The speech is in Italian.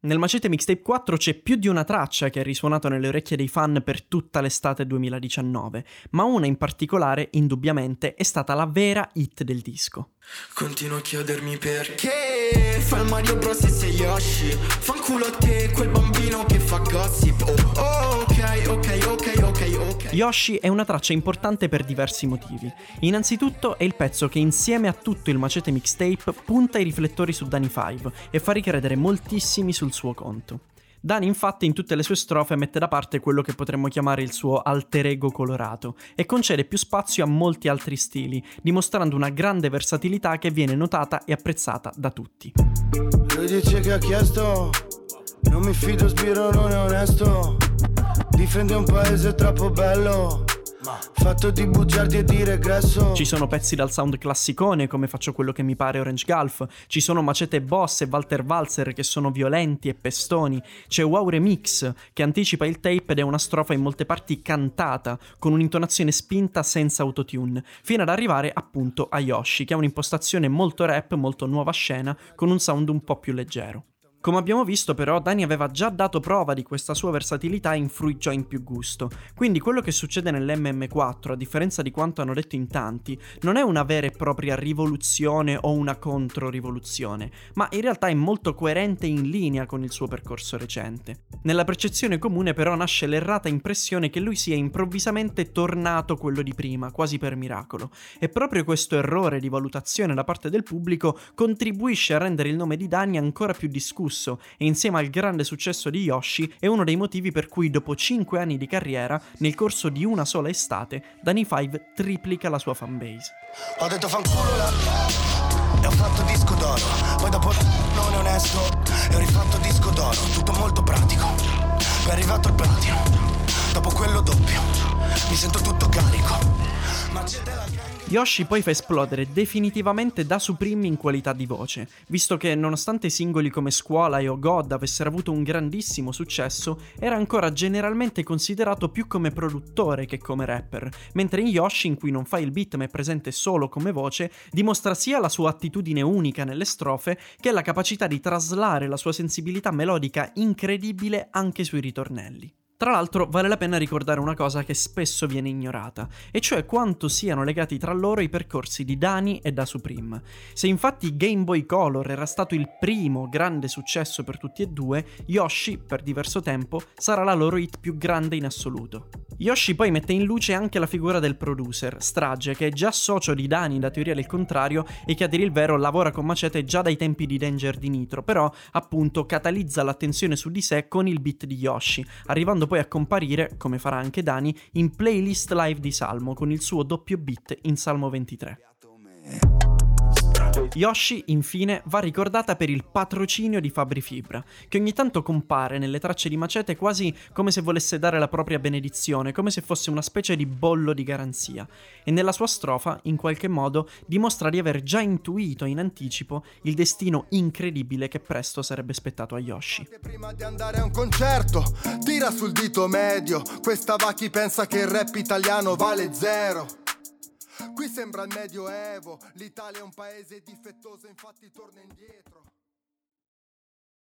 Nel Machete Mixtape 4 c'è più di una traccia che ha risuonato nelle orecchie dei fan per tutta l'estate 2019, ma una in particolare, indubbiamente, è stata la vera hit del disco. Continuo a chiedermi perché fa il Mario Bros e sei Yoshi. Fanculo a te, quel bambino che fa gossip. Ok. Yoshi è una traccia importante per diversi motivi. Innanzitutto è il pezzo che insieme a tutto il Machete Mixtape punta i riflettori su Dani 5 e fa ricredere moltissimi sul suo conto. Dani infatti in tutte le sue strofe mette da parte quello che potremmo chiamare il suo alter ego colorato e concede più spazio a molti altri stili, dimostrando una grande versatilità che viene notata e apprezzata da tutti. Lui dice che ha chiesto, non mi fido, Sbirro non è onesto, difende un paese troppo bello, fatto di bugiardi e di regresso. Ci sono pezzi dal sound classicone come Faccio quello che mi pare Orange Gulf, ci sono Machete Boss e Walter Walzer che sono violenti e pestoni, c'è Wow Remix che anticipa il tape ed è una strofa in molte parti cantata con un'intonazione spinta senza autotune, fino ad arrivare appunto a Yoshi che ha un'impostazione molto rap, molto nuova scena con un sound un po' più leggero. Come abbiamo visto però, Dani aveva già dato prova di questa sua versatilità in Fruit Joint più gusto, quindi quello che succede nell'MM4, a differenza di quanto hanno detto in tanti, non è una vera e propria rivoluzione o una controrivoluzione, ma in realtà è molto coerente e in linea con il suo percorso recente. Nella percezione comune però nasce l'errata impressione che lui sia improvvisamente tornato quello di prima, quasi per miracolo, e proprio questo errore di valutazione da parte del pubblico contribuisce a rendere il nome di Dani ancora più discusso e insieme al grande successo di Yoshi è uno dei motivi per cui dopo 5 anni di carriera, nel corso di una sola estate, Dani 5 triplica la sua fanbase. Ho detto fanculo e ho fatto disco d'oro, poi dopo non è onesto e ho rifatto disco d'oro, tutto molto pratico, poi è arrivato il platino, dopo quello doppio, mi sento tutto carico. Yoshi poi fa esplodere definitivamente Da Supreme in qualità di voce, visto che nonostante singoli come Scuola e Oh God avessero avuto un grandissimo successo, era ancora generalmente considerato più come produttore che come rapper, mentre in Yoshi, in cui non fa il beat ma è presente solo come voce, dimostra sia la sua attitudine unica nelle strofe che la capacità di traslare la sua sensibilità melodica incredibile anche sui ritornelli. Tra l'altro vale la pena ricordare una cosa che spesso viene ignorata, e cioè quanto siano legati tra loro i percorsi di Dani e Da Supreme. Se infatti Game Boy Color era stato il primo grande successo per tutti e due, Yoshi, per diverso tempo, sarà la loro hit più grande in assoluto. Yoshi poi mette in luce anche la figura del producer, Strage, che è già socio di Dani da Teoria del Contrario e che a dire il vero lavora con Machete già dai tempi di Danger di Nitro, però appunto catalizza l'attenzione su di sé con il beat di Yoshi, arrivando poi a comparire, come farà anche Dani, in playlist live di Salmo con il suo doppio beat in Salmo 23. Yoshi, infine, va ricordata per il patrocinio di Fabri Fibra, che ogni tanto compare nelle tracce di Machete quasi come se volesse dare la propria benedizione, come se fosse una specie di bollo di garanzia, e nella sua strofa, in qualche modo, dimostra di aver già intuito in anticipo il destino incredibile che presto sarebbe spettato a Yoshi. Prima di andare a un concerto, tira sul dito medio, questa va chi pensa che il rap italiano vale zero. Qui sembra il Medioevo, l'Italia è un paese difettoso, infatti torna indietro.